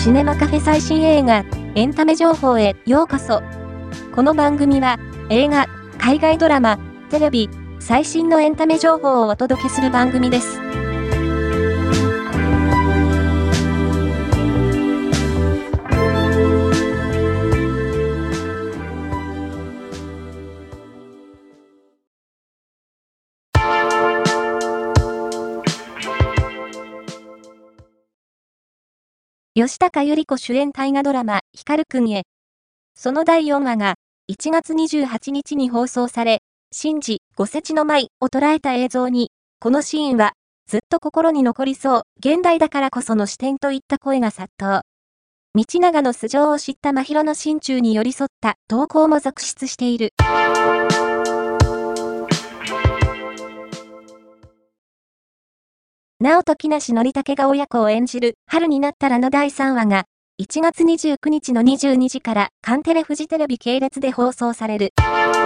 シネマカフェ最新映画、エンタメ情報へようこそ。この番組は、映画、海外ドラマ、テレビ、最新のエンタメ情報をお届けする番組です。吉高由里子主演大河ドラマ、光くんへ。その第4話が、1月28日に放送され、神事、御節の舞を捉えた映像に、このシーンは、ずっと心に残りそう、現代だからこその視点といった声が殺到。道長の素性を知った真宙の心中に寄り添った投稿も続出している。直人木梨憲武が親子を演じる春になったらの第3話が1月29日の22時からカンテレフジテレビ系列で放送される。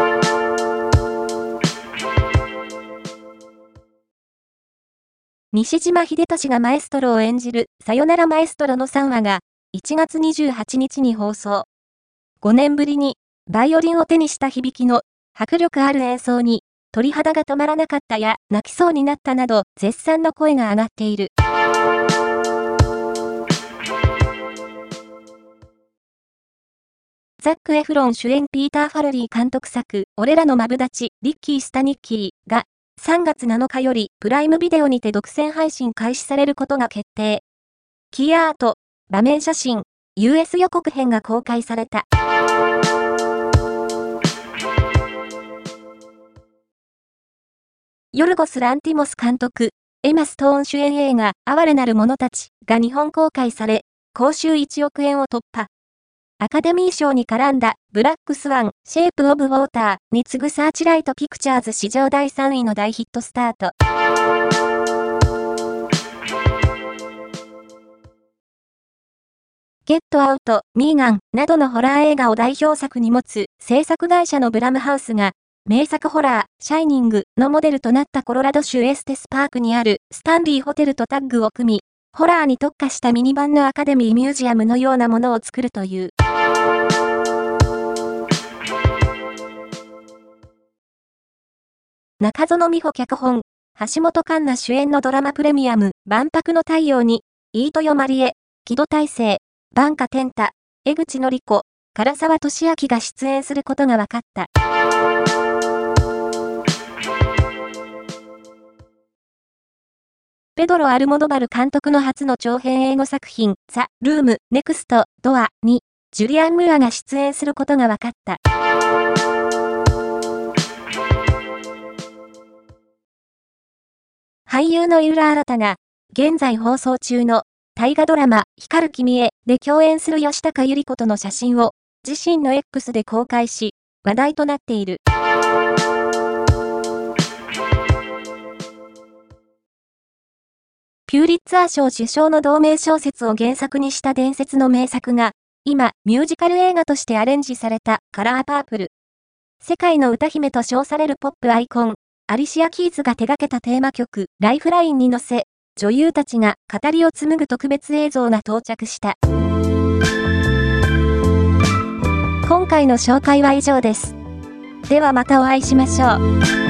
西島秀俊がマエストロを演じるさよならマエストロの3話が1月28日に放送。5年ぶりにバイオリンを手にした響きの迫力ある演奏に鳥肌が止まらなかったや泣きそうになったなど絶賛の声が上がっている。ザック・エフロン主演ピーター・ファレリー監督作俺らのマブダチリッキー・スタニッキーが3月7日よりプライムビデオにて独占配信開始されることが決定。キーアート、場面写真、US 予告編が公開された。ヨルゴス・ランティモス監督、エマ・ストーン主演映画、哀れなる者たちが日本公開され、興収1億円を突破。アカデミー賞に絡んだ、ブラックスワン、シェイプ・オブ・ウォーターに次ぐサーチライト・ピクチャーズ史上第3位の大ヒットスタート。ゲット・アウト、ミーガンなどのホラー映画を代表作に持つ制作会社のブラムハウスが、名作ホラー、シャイニングのモデルとなったコロラド州エステスパークにあるスタンリーホテルとタッグを組み、ホラーに特化したミニ版のアカデミーミュージアムのようなものを作るという。中園美穂脚本、橋本環奈主演のドラマプレミアム、万博の太陽に、飯豊まりえ、木戸大聖、番家天太、江口のり子、唐沢寿明が出演することが分かった。ペドロ・アルモドバル監督の初の長編英語作品、ザ・ルーム・ネクスト・ドアに、ジュリアン・ムーアが出演することが分かった。俳優の井浦新が、現在放送中の大河ドラマ、光る君へで共演する吉高由里子との写真を、自身の X で公開し、話題となっている。ピューリッツァー賞受賞の同名小説を原作にした伝説の名作が、今、ミュージカル映画としてアレンジされたカラーパープル。世界の歌姫と称されるポップアイコン、アリシア・キーズが手掛けたテーマ曲、ライフラインに乗せ、女優たちが語りを紡ぐ特別映像が到着した。今回の紹介は以上です。ではまたお会いしましょう。